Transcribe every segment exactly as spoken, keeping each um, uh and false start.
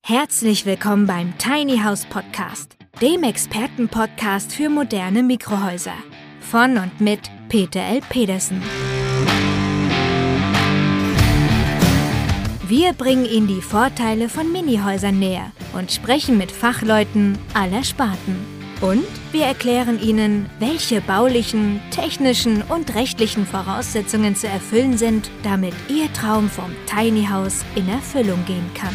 Herzlich willkommen beim Tiny House Podcast, dem Expertenpodcast für moderne Mikrohäuser. Von und mit Peter L. Pedersen. Wir bringen Ihnen die Vorteile von Minihäusern näher und sprechen mit Fachleuten aller Sparten. Und wir erklären Ihnen, welche baulichen, technischen und rechtlichen Voraussetzungen zu erfüllen sind, damit Ihr Traum vom Tiny House in Erfüllung gehen kann.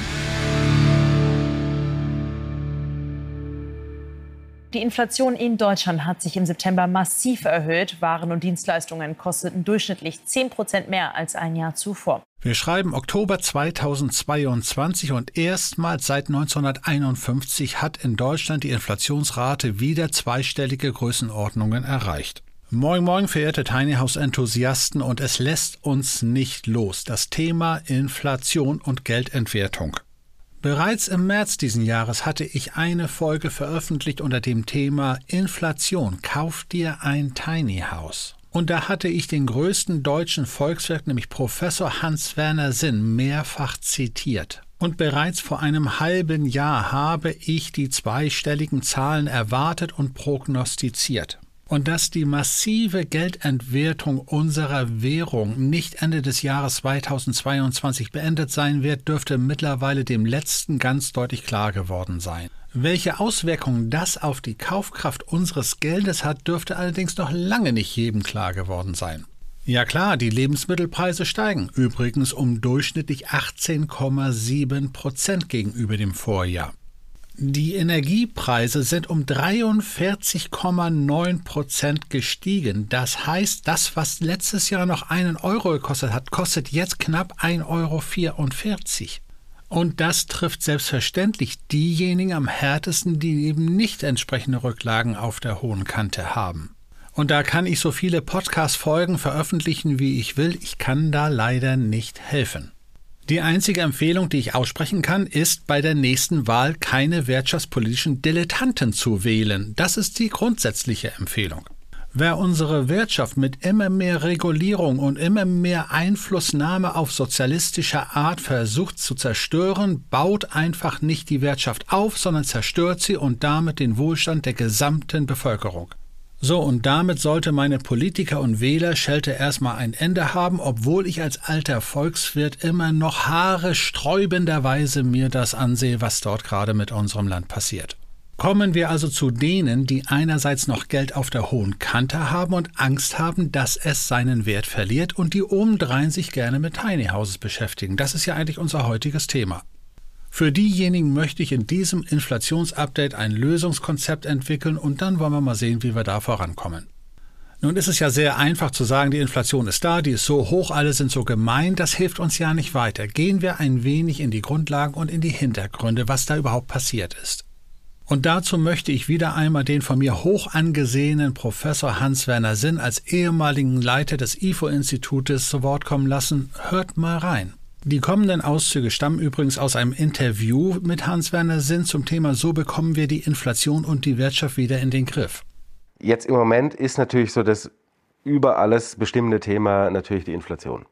Die Inflation in Deutschland hat sich im September massiv erhöht. Waren und Dienstleistungen kosteten durchschnittlich zehn Prozent mehr als ein Jahr zuvor. Wir schreiben Oktober zweitausendzweiundzwanzig und erstmals seit neunzehnhunderteinundfünfzig hat in Deutschland die Inflationsrate wieder zweistellige Größenordnungen erreicht. Moin moin, verehrte Tiny House Enthusiasten, und es lässt uns nicht los. Das Thema Inflation und Geldentwertung. Bereits im März diesen Jahres hatte ich eine Folge veröffentlicht unter dem Thema Inflation, kauf dir ein Tiny House. Und da hatte ich den größten deutschen Volkswirt, nämlich Professor Hans-Werner Sinn, mehrfach zitiert. Und bereits vor einem halben Jahr habe ich die zweistelligen Zahlen erwartet und prognostiziert. Und dass die massive Geldentwertung unserer Währung nicht Ende des Jahres zweitausendzweiundzwanzig beendet sein wird, dürfte mittlerweile dem Letzten ganz deutlich klar geworden sein. Welche Auswirkungen das auf die Kaufkraft unseres Geldes hat, dürfte allerdings noch lange nicht jedem klar geworden sein. Ja klar, die Lebensmittelpreise steigen, übrigens um durchschnittlich achtzehn Komma sieben Prozent gegenüber dem Vorjahr. Die Energiepreise sind um dreiundvierzig Komma neun Prozent gestiegen. Das heißt, das, was letztes Jahr noch einen Euro gekostet hat, kostet jetzt knapp ein Euro vierundvierzig. Und das trifft selbstverständlich diejenigen am härtesten, die eben nicht entsprechende Rücklagen auf der hohen Kante haben. Und da kann ich so viele Podcast-Folgen veröffentlichen, wie ich will. Ich kann da leider nicht helfen. Die einzige Empfehlung, die ich aussprechen kann, ist, bei der nächsten Wahl keine wirtschaftspolitischen Dilettanten zu wählen. Das ist die grundsätzliche Empfehlung. Wer unsere Wirtschaft mit immer mehr Regulierung und immer mehr Einflussnahme auf sozialistischer Art versucht zu zerstören, baut einfach nicht die Wirtschaft auf, sondern zerstört sie und damit den Wohlstand der gesamten Bevölkerung. So, und damit sollte meine Politiker- und Wählerschelte erstmal ein Ende haben, obwohl ich als alter Volkswirt immer noch haaresträubenderweise mir das ansehe, was dort gerade mit unserem Land passiert. Kommen wir also zu denen, die einerseits noch Geld auf der hohen Kante haben und Angst haben, dass es seinen Wert verliert, und die obendrein sich gerne mit Tiny Houses beschäftigen. Das ist ja eigentlich unser heutiges Thema. Für diejenigen möchte ich in diesem Inflationsupdate ein Lösungskonzept entwickeln, und dann wollen wir mal sehen, wie wir da vorankommen. Nun ist es ja sehr einfach zu sagen, die Inflation ist da, die ist so hoch, alle sind so gemein, das hilft uns ja nicht weiter. Gehen wir ein wenig in die Grundlagen und in die Hintergründe, was da überhaupt passiert ist. Und dazu möchte ich wieder einmal den von mir hoch angesehenen Professor Hans-Werner Sinn als ehemaligen Leiter des I F O-Institutes zu Wort kommen lassen. Hört mal rein. Die kommenden Auszüge stammen übrigens aus einem Interview mit Hans-Werner Sinn zum Thema „So bekommen wir die Inflation und die Wirtschaft wieder in den Griff". Jetzt im Moment ist natürlich so das über alles bestimmende Thema natürlich die Inflation.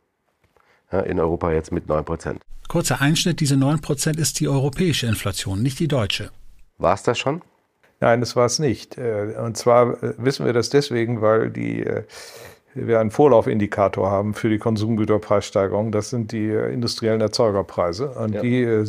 Ja, in Europa jetzt mit neun Prozent. Kurzer Einschnitt, diese neun Prozent ist die europäische Inflation, nicht die deutsche. War es das schon? Nein, das war es nicht. Und zwar wissen wir das deswegen, weil die... wir einen Vorlaufindikator haben für die Konsumgüterpreissteigerung. Das sind die industriellen Erzeugerpreise. Und ja. die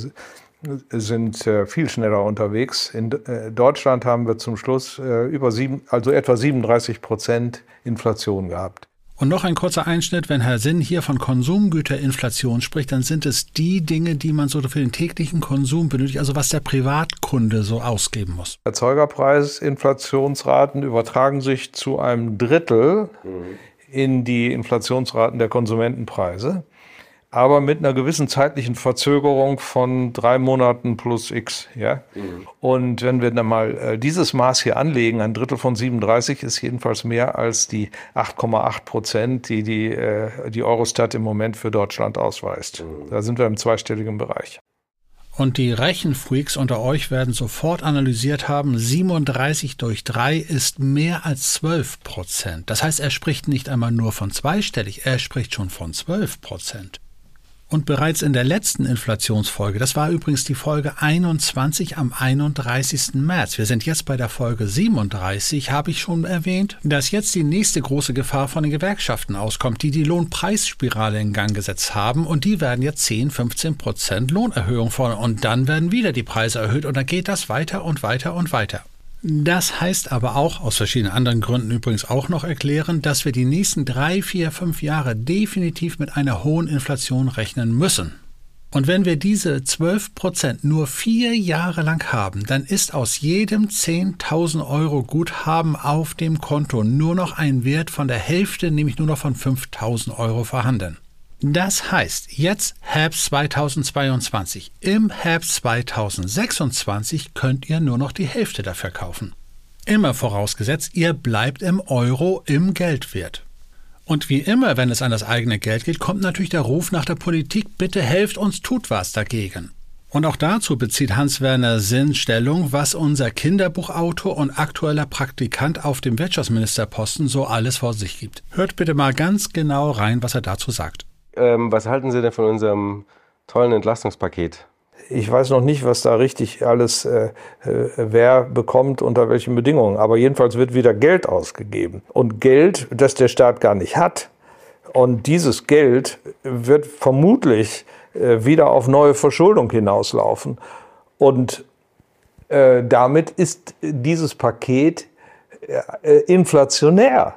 sind viel schneller unterwegs. In Deutschland haben wir zum Schluss über sieben, also etwa siebenunddreißig Prozent Inflation gehabt. Und noch ein kurzer Einschnitt: Wenn Herr Sinn hier von Konsumgüterinflation spricht, dann sind es die Dinge, die man so für den täglichen Konsum benötigt, also was der Privatkunde so ausgeben muss. Erzeugerpreisinflationsraten übertragen sich zu einem Drittel mhm. in die Inflationsraten der Konsumentenpreise, aber mit einer gewissen zeitlichen Verzögerung von drei Monaten plus X. Ja? Mhm. Und wenn wir dann mal äh, dieses Maß hier anlegen, ein Drittel von siebenunddreißig ist jedenfalls mehr als die acht Komma acht Prozent, die die, äh, die Eurostat im Moment für Deutschland ausweist. Mhm. Da sind wir im zweistelligen Bereich. Und die Rechenfreaks unter euch werden sofort analysiert haben, siebenunddreißig durch drei ist mehr als zwölf Prozent. Das heißt, er spricht nicht einmal nur von zweistellig, er spricht schon von zwölf Prozent. Und bereits in der letzten Inflationsfolge, das war übrigens die Folge einundzwanzig am einunddreißigsten März, wir sind jetzt bei der Folge siebenunddreißig, habe ich schon erwähnt, dass jetzt die nächste große Gefahr von den Gewerkschaften auskommt, die die Lohnpreisspirale in Gang gesetzt haben, und die werden jetzt zehn, fünfzehn Prozent Lohnerhöhung fordern und dann werden wieder die Preise erhöht und dann geht das weiter und weiter und weiter. Das heißt aber auch, aus verschiedenen anderen Gründen übrigens auch noch erklären, dass wir die nächsten drei, vier, fünf Jahre definitiv mit einer hohen Inflation rechnen müssen. Und wenn wir diese zwölf Prozent nur vier Jahre lang haben, dann ist aus jedem zehntausend Euro Guthaben auf dem Konto nur noch ein Wert von der Hälfte, nämlich nur noch von fünftausend Euro vorhanden. Das heißt, jetzt Herbst zweitausendzweiundzwanzig. Im Herbst zweitausendsechsundzwanzig könnt ihr nur noch die Hälfte dafür kaufen. Immer vorausgesetzt, ihr bleibt im Euro im Geldwert. Und wie immer, wenn es an das eigene Geld geht, kommt natürlich der Ruf nach der Politik, bitte helft uns, tut was dagegen. Und auch dazu bezieht Hans-Werner Sinn Stellung, was unser Kinderbuchautor und aktueller Praktikant auf dem Wirtschaftsministerposten so alles vor sich gibt. Hört bitte mal ganz genau rein, was er dazu sagt. Ähm, was halten Sie denn von unserem tollen Entlastungspaket? Ich weiß noch nicht, was da richtig alles, äh, äh, wer bekommt, unter welchen Bedingungen. Aber jedenfalls wird wieder Geld ausgegeben. Und Geld, das der Staat gar nicht hat. Und dieses Geld wird vermutlich äh, wieder auf neue Verschuldung hinauslaufen. Und äh, damit ist dieses Paket äh, inflationär.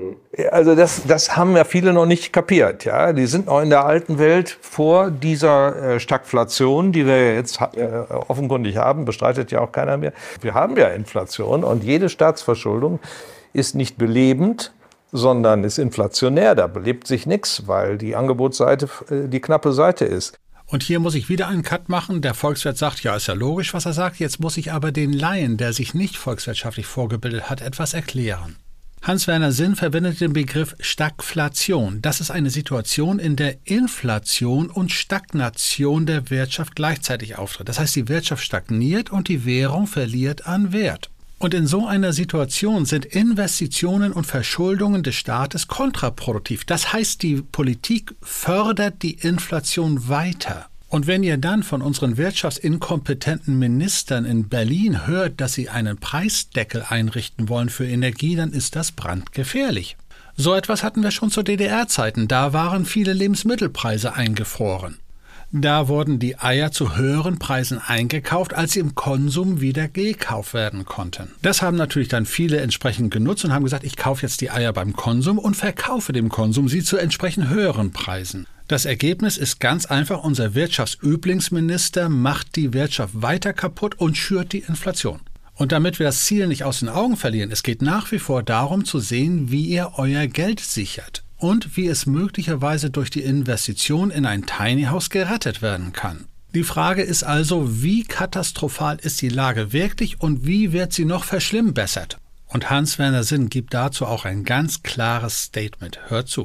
Also das, das haben ja viele noch nicht kapiert. Ja? Die sind noch in der alten Welt vor dieser äh, Stagflation, die wir jetzt äh, offenkundig haben, bestreitet ja auch keiner mehr. Wir haben ja Inflation und jede Staatsverschuldung ist nicht belebend, sondern ist inflationär. Da belebt sich nichts, weil die Angebotsseite äh, die knappe Seite ist. Und hier muss ich wieder einen Cut machen. Der Volkswirt sagt, ja, ist ja logisch, was er sagt. Jetzt muss ich aber den Laien, der sich nicht volkswirtschaftlich vorgebildet hat, etwas erklären. Hans-Werner Sinn verwendet den Begriff Stagflation. Das ist eine Situation, in der Inflation und Stagnation der Wirtschaft gleichzeitig auftritt. Das heißt, die Wirtschaft stagniert und die Währung verliert an Wert. Und in so einer Situation sind Investitionen und Verschuldungen des Staates kontraproduktiv. Das heißt, die Politik fördert die Inflation weiter. Und wenn ihr dann von unseren wirtschaftsinkompetenten Ministern in Berlin hört, dass sie einen Preisdeckel einrichten wollen für Energie, dann ist das brandgefährlich. So etwas hatten wir schon zu D D R-Zeiten. Da waren viele Lebensmittelpreise eingefroren. Da wurden die Eier zu höheren Preisen eingekauft, als sie im Konsum wieder gekauft werden konnten. Das haben natürlich dann viele entsprechend genutzt und haben gesagt, ich kaufe jetzt die Eier beim Konsum und verkaufe dem Konsum sie zu entsprechend höheren Preisen. Das Ergebnis ist ganz einfach, unser Wirtschaftsüblingsminister macht die Wirtschaft weiter kaputt und schürt die Inflation. Und damit wir das Ziel nicht aus den Augen verlieren, es geht nach wie vor darum zu sehen, wie ihr euer Geld sichert und wie es möglicherweise durch die Investition in ein Tiny House gerettet werden kann. Die Frage ist also, wie katastrophal ist die Lage wirklich und wie wird sie noch verschlimmbessert? Und Hans-Werner Sinn gibt dazu auch ein ganz klares Statement. Hört zu.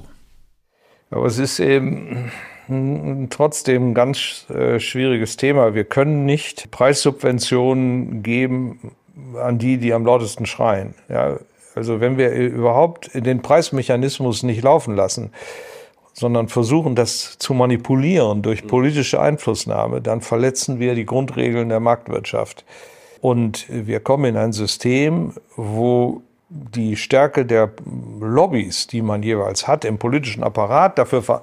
Aber es ist eben trotzdem ein ganz äh, schwieriges Thema. Wir können nicht Preissubventionen geben an die, die am lautesten schreien. Ja, also wenn wir überhaupt den Preismechanismus nicht laufen lassen, sondern versuchen, das zu manipulieren durch politische Einflussnahme, dann verletzen wir die Grundregeln der Marktwirtschaft. Und wir kommen in ein System, wo die Stärke der Lobbys, die man jeweils hat im politischen Apparat, dafür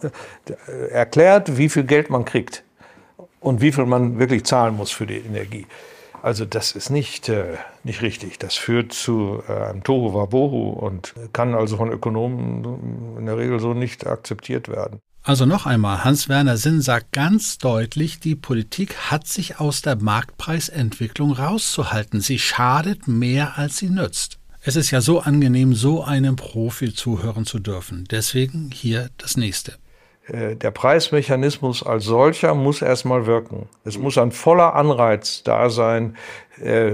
erklärt, wie viel Geld man kriegt und wie viel man wirklich zahlen muss für die Energie. Also das ist nicht, äh, nicht richtig. Das führt zu äh, einem Tohuwabohu und kann also von Ökonomen in der Regel so nicht akzeptiert werden. Also noch einmal, Hans-Werner Sinn sagt ganz deutlich, die Politik hat sich aus der Marktpreisentwicklung rauszuhalten. Sie schadet mehr, als sie nützt. Es ist ja so angenehm, so einem Profi zuhören zu dürfen. Deswegen hier das nächste. Der Preismechanismus als solcher muss erstmal wirken. Es muss ein voller Anreiz da sein, äh,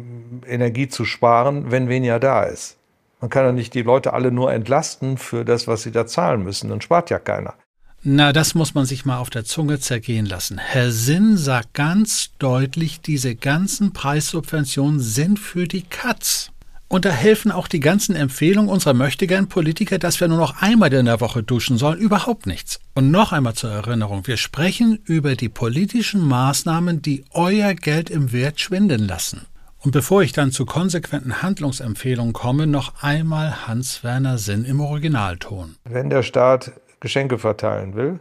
Energie zu sparen, wenn weniger da ist. Man kann ja nicht die Leute alle nur entlasten für das, was sie da zahlen müssen. Dann spart ja keiner. Na, das muss man sich mal auf der Zunge zergehen lassen. Herr Sinn sagt ganz deutlich, diese ganzen Preissubventionen sind für die Katz. Und da helfen auch die ganzen Empfehlungen unserer Möchtegern-Politiker, dass wir nur noch einmal in der Woche duschen sollen, überhaupt nichts. Und noch einmal zur Erinnerung, wir sprechen über die politischen Maßnahmen, die euer Geld im Wert schwinden lassen. Und bevor ich dann zu konsequenten Handlungsempfehlungen komme, noch einmal Hans-Werner Sinn im Originalton. Wenn der Staat Geschenke verteilen will,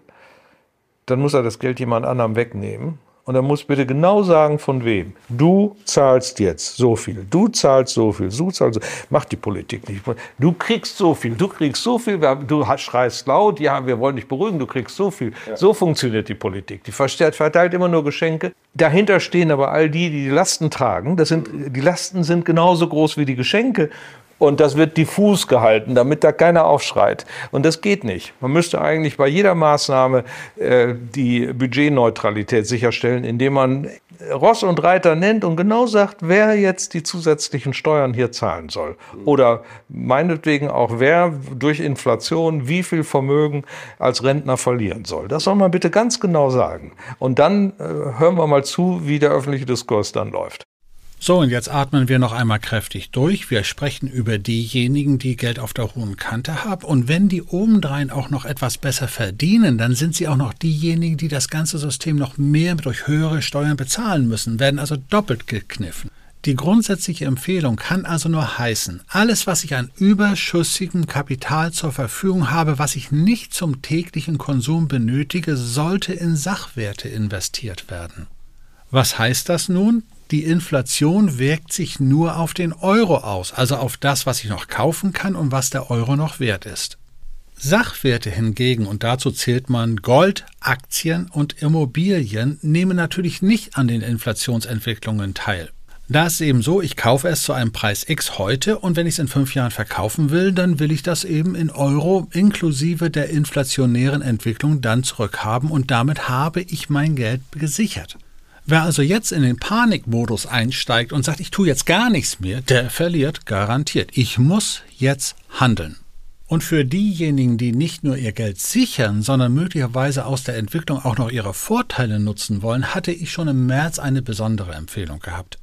dann muss er das Geld jemand anderem wegnehmen. Und er muss bitte genau sagen, von wem. Du zahlst jetzt so viel, du zahlst so viel, du zahlst so viel. Macht die Politik nicht. Du kriegst so viel, du kriegst so viel, du schreist laut, ja, wir wollen dich beruhigen, du kriegst so viel. Ja. So funktioniert die Politik. Die verteilt immer nur Geschenke. Dahinter stehen aber all die, die die Lasten tragen. Das sind, die Lasten sind genauso groß wie die Geschenke. Und das wird diffus gehalten, damit da keiner aufschreit. Und das geht nicht. Man müsste eigentlich bei jeder Maßnahme äh, die Budgetneutralität sicherstellen, indem man Ross und Reiter nennt und genau sagt, wer jetzt die zusätzlichen Steuern hier zahlen soll. Oder meinetwegen auch, wer durch Inflation wie viel Vermögen als Rentner verlieren soll. Das soll man bitte ganz genau sagen. Und dann äh, hören wir mal zu, wie der öffentliche Diskurs dann läuft. So, und jetzt atmen wir noch einmal kräftig durch. Wir sprechen über diejenigen, die Geld auf der hohen Kante haben. Und wenn die obendrein auch noch etwas besser verdienen, dann sind sie auch noch diejenigen, die das ganze System noch mehr durch höhere Steuern bezahlen müssen, werden also doppelt gekniffen. Die grundsätzliche Empfehlung kann also nur heißen, alles, was ich an überschüssigem Kapital zur Verfügung habe, was ich nicht zum täglichen Konsum benötige, sollte in Sachwerte investiert werden. Was heißt das nun? Die Inflation wirkt sich nur auf den Euro aus, also auf das, was ich noch kaufen kann und was der Euro noch wert ist. Sachwerte hingegen, und dazu zählt man Gold, Aktien und Immobilien, nehmen natürlich nicht an den Inflationsentwicklungen teil. Da ist es eben so, ich kaufe es zu einem Preis X heute und wenn ich es in fünf Jahren verkaufen will, dann will ich das eben in Euro inklusive der inflationären Entwicklung dann zurückhaben und damit habe ich mein Geld gesichert. Wer also jetzt in den Panikmodus einsteigt und sagt, ich tue jetzt gar nichts mehr, der verliert garantiert. Ich muss jetzt handeln. Und für diejenigen, die nicht nur ihr Geld sichern, sondern möglicherweise aus der Entwicklung auch noch ihre Vorteile nutzen wollen, hatte ich schon im März eine besondere Empfehlung gehabt.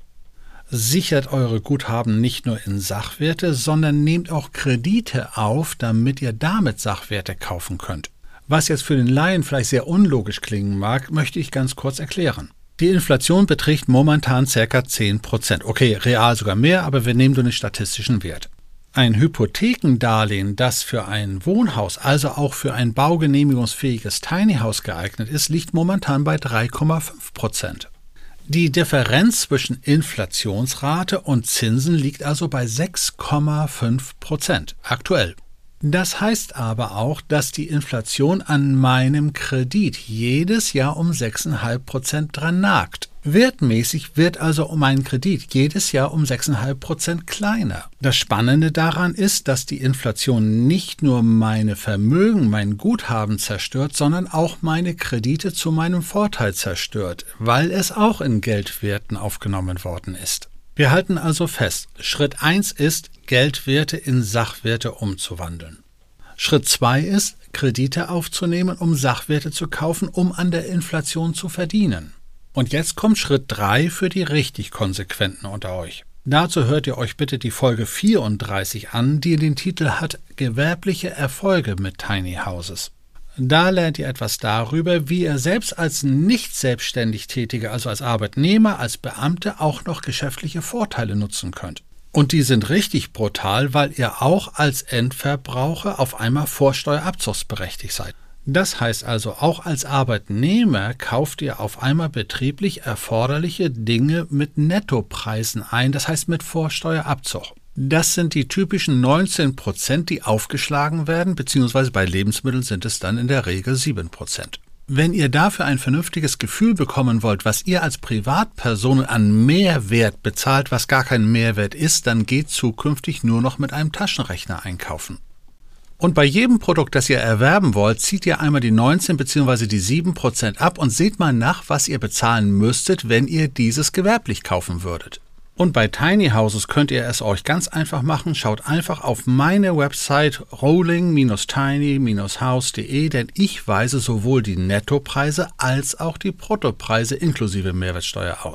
Sichert eure Guthaben nicht nur in Sachwerte, sondern nehmt auch Kredite auf, damit ihr damit Sachwerte kaufen könnt. Was jetzt für den Laien vielleicht sehr unlogisch klingen mag, möchte ich ganz kurz erklären. Die Inflation beträgt momentan ca. zehn Prozent. Okay, real sogar mehr, aber wir nehmen nur den statistischen Wert. Ein Hypothekendarlehen, das für ein Wohnhaus, also auch für ein baugenehmigungsfähiges Tiny House geeignet ist, liegt momentan bei drei Komma fünf Prozent. Die Differenz zwischen Inflationsrate und Zinsen liegt also bei sechs Komma fünf Prozent aktuell. Das heißt aber auch, dass die Inflation an meinem Kredit jedes Jahr um sechs Komma fünf Prozent dran nagt. Wertmäßig wird also mein Kredit jedes Jahr um sechs Komma fünf Prozent kleiner. Das Spannende daran ist, dass die Inflation nicht nur meine Vermögen, mein Guthaben zerstört, sondern auch meine Kredite zu meinem Vorteil zerstört, weil es auch in Geldwerten aufgenommen worden ist. Wir halten also fest, Schritt eins ist, Geldwerte in Sachwerte umzuwandeln. Schritt zwei ist, Kredite aufzunehmen, um Sachwerte zu kaufen, um an der Inflation zu verdienen. Und jetzt kommt Schritt drei für die richtig Konsequenten unter euch. Dazu hört ihr euch bitte die Folge vierunddreißig an, die den Titel hat Gewerbliche Erfolge mit Tiny Houses. Da lernt ihr etwas darüber, wie ihr selbst als nicht selbstständig Tätige, also als Arbeitnehmer, als Beamte, auch noch geschäftliche Vorteile nutzen könnt. Und die sind richtig brutal, weil ihr auch als Endverbraucher auf einmal vorsteuerabzugsberechtigt seid. Das heißt also, auch als Arbeitnehmer kauft ihr auf einmal betrieblich erforderliche Dinge mit Nettopreisen ein, das heißt mit Vorsteuerabzug. Das sind die typischen neunzehn Prozent, die aufgeschlagen werden, beziehungsweise bei Lebensmitteln sind es dann in der Regel sieben Prozent. Wenn ihr dafür ein vernünftiges Gefühl bekommen wollt, was ihr als Privatperson an Mehrwert bezahlt, was gar kein Mehrwert ist, dann geht zukünftig nur noch mit einem Taschenrechner einkaufen. Und bei jedem Produkt, das ihr erwerben wollt, zieht ihr einmal die neunzehn bzw. die sieben Prozent ab und seht mal nach, was ihr bezahlen müsstet, wenn ihr dieses gewerblich kaufen würdet. Und bei Tiny Houses könnt ihr es euch ganz einfach machen. Schaut einfach auf meine Website rolling Bindestrich tiny Bindestrich house Punkt de, denn ich weise sowohl die Nettopreise als auch die Bruttopreise inklusive Mehrwertsteuer aus.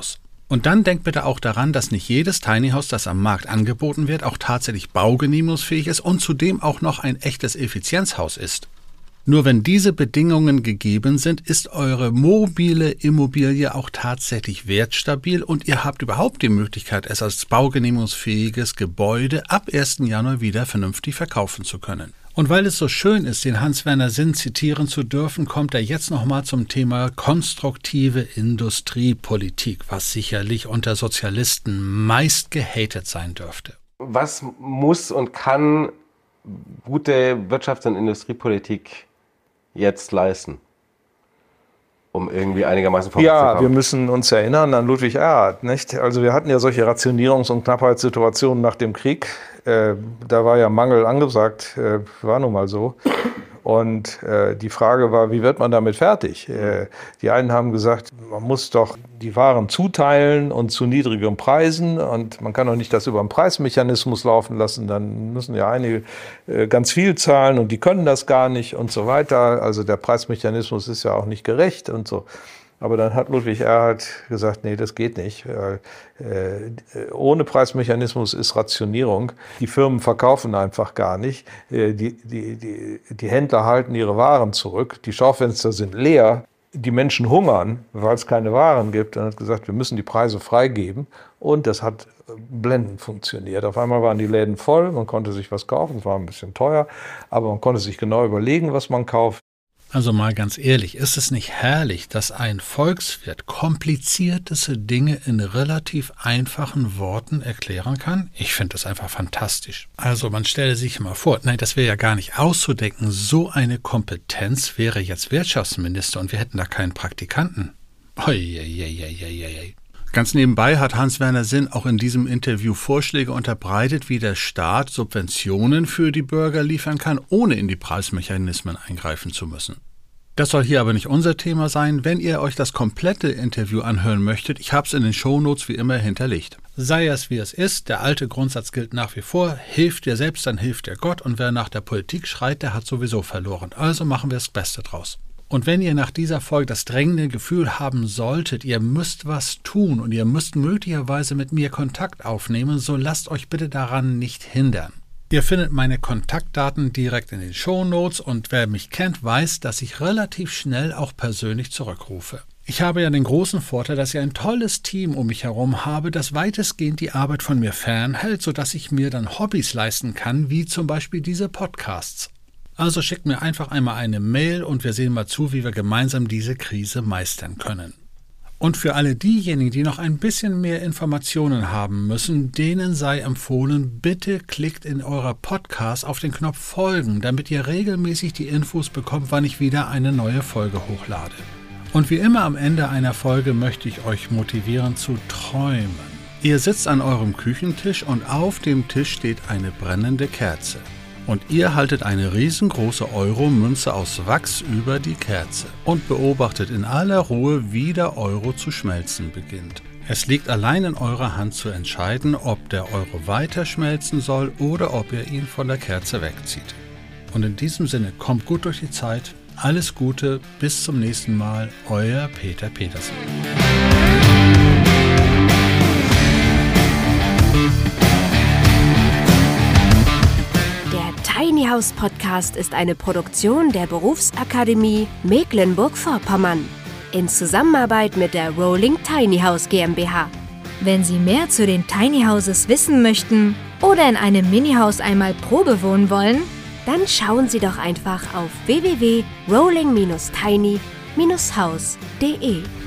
Und dann denkt bitte auch daran, dass nicht jedes Tiny House, das am Markt angeboten wird, auch tatsächlich baugenehmigungsfähig ist und zudem auch noch ein echtes Effizienzhaus ist. Nur wenn diese Bedingungen gegeben sind, ist eure mobile Immobilie auch tatsächlich wertstabil und ihr habt überhaupt die Möglichkeit, es als baugenehmigungsfähiges Gebäude ab ersten Januar wieder vernünftig verkaufen zu können. Und weil es so schön ist, den Hans-Werner Sinn zitieren zu dürfen, kommt er jetzt nochmal zum Thema konstruktive Industriepolitik, was sicherlich unter Sozialisten meist gehatet sein dürfte. Was muss und kann gute Wirtschafts- und Industriepolitik jetzt leisten, um irgendwie einigermaßen voranzukommen? Ja, wir müssen uns erinnern an Ludwig Erhard, nicht? Also wir hatten ja solche Rationierungs- und Knappheitssituationen nach dem Krieg. Äh, da war ja Mangel angesagt, äh, war nun mal so. Und äh, die Frage war, wie wird man damit fertig? Äh, die einen haben gesagt, man muss doch die Waren zuteilen und zu niedrigeren Preisen und man kann doch nicht das über einen Preismechanismus laufen lassen, dann müssen ja einige äh, ganz viel zahlen und die können das gar nicht und so weiter. Also der Preismechanismus ist ja auch nicht gerecht und so. Aber dann hat Ludwig Erhard gesagt, nee, das geht nicht. Äh, ohne Preismechanismus ist Rationierung. Die Firmen verkaufen einfach gar nicht. Äh, die, die, die, die Händler halten ihre Waren zurück. Die Schaufenster sind leer. Die Menschen hungern, weil es keine Waren gibt. Dann hat gesagt, wir müssen die Preise freigeben. Und das hat blendend funktioniert. Auf einmal waren die Läden voll. Man konnte sich was kaufen. Es war ein bisschen teuer. Aber man konnte sich genau überlegen, was man kauft. Also mal ganz ehrlich, ist es nicht herrlich, dass ein Volkswirt komplizierteste Dinge in relativ einfachen Worten erklären kann? Ich finde das einfach fantastisch. Also man stelle sich mal vor, nein, das wäre ja gar nicht auszudenken, so eine Kompetenz wäre jetzt Wirtschaftsminister und wir hätten da keinen Praktikanten. Oieieiei. Ganz nebenbei hat Hans-Werner Sinn auch in diesem Interview Vorschläge unterbreitet, wie der Staat Subventionen für die Bürger liefern kann, ohne in die Preismechanismen eingreifen zu müssen. Das soll hier aber nicht unser Thema sein. Wenn ihr euch das komplette Interview anhören möchtet, ich habe es in den Shownotes wie immer hinterlegt. Sei es wie es ist, der alte Grundsatz gilt nach wie vor, hilft dir selbst, dann hilft dir Gott und wer nach der Politik schreit, der hat sowieso verloren. Also machen wir das Beste draus. Und wenn ihr nach dieser Folge das drängende Gefühl haben solltet, ihr müsst was tun und ihr müsst möglicherweise mit mir Kontakt aufnehmen, so lasst euch bitte daran nicht hindern. Ihr findet meine Kontaktdaten direkt in den Shownotes und wer mich kennt, weiß, dass ich relativ schnell auch persönlich zurückrufe. Ich habe ja den großen Vorteil, dass ich ein tolles Team um mich herum habe, das weitestgehend die Arbeit von mir fernhält, sodass ich mir dann Hobbys leisten kann, wie zum Beispiel diese Podcasts. Also schickt mir einfach einmal eine Mail und wir sehen mal zu, wie wir gemeinsam diese Krise meistern können. Und für alle diejenigen, die noch ein bisschen mehr Informationen haben müssen, denen sei empfohlen, bitte klickt in eurer Podcast auf den Knopf Folgen, damit ihr regelmäßig die Infos bekommt, wann ich wieder eine neue Folge hochlade. Und wie immer am Ende einer Folge möchte ich euch motivieren zu träumen. Ihr sitzt an eurem Küchentisch und auf dem Tisch steht eine brennende Kerze. Und ihr haltet eine riesengroße Euro-Münze aus Wachs über die Kerze und beobachtet in aller Ruhe, wie der Euro zu schmelzen beginnt. Es liegt allein in eurer Hand zu entscheiden, ob der Euro weiter schmelzen soll oder ob ihr ihn von der Kerze wegzieht. Und in diesem Sinne, kommt gut durch die Zeit, alles Gute, bis zum nächsten Mal, euer Peter Petersen. Tiny House Podcast ist eine Produktion der Berufsakademie Mecklenburg-Vorpommern in Zusammenarbeit mit der Rolling Tiny House GmbH. Wenn Sie mehr zu den Tiny Houses wissen möchten oder in einem Mini-Haus einmal Probe wohnen wollen, dann schauen Sie doch einfach auf w w w punkt rolling Bindestrich tiny Bindestrich house punkt de.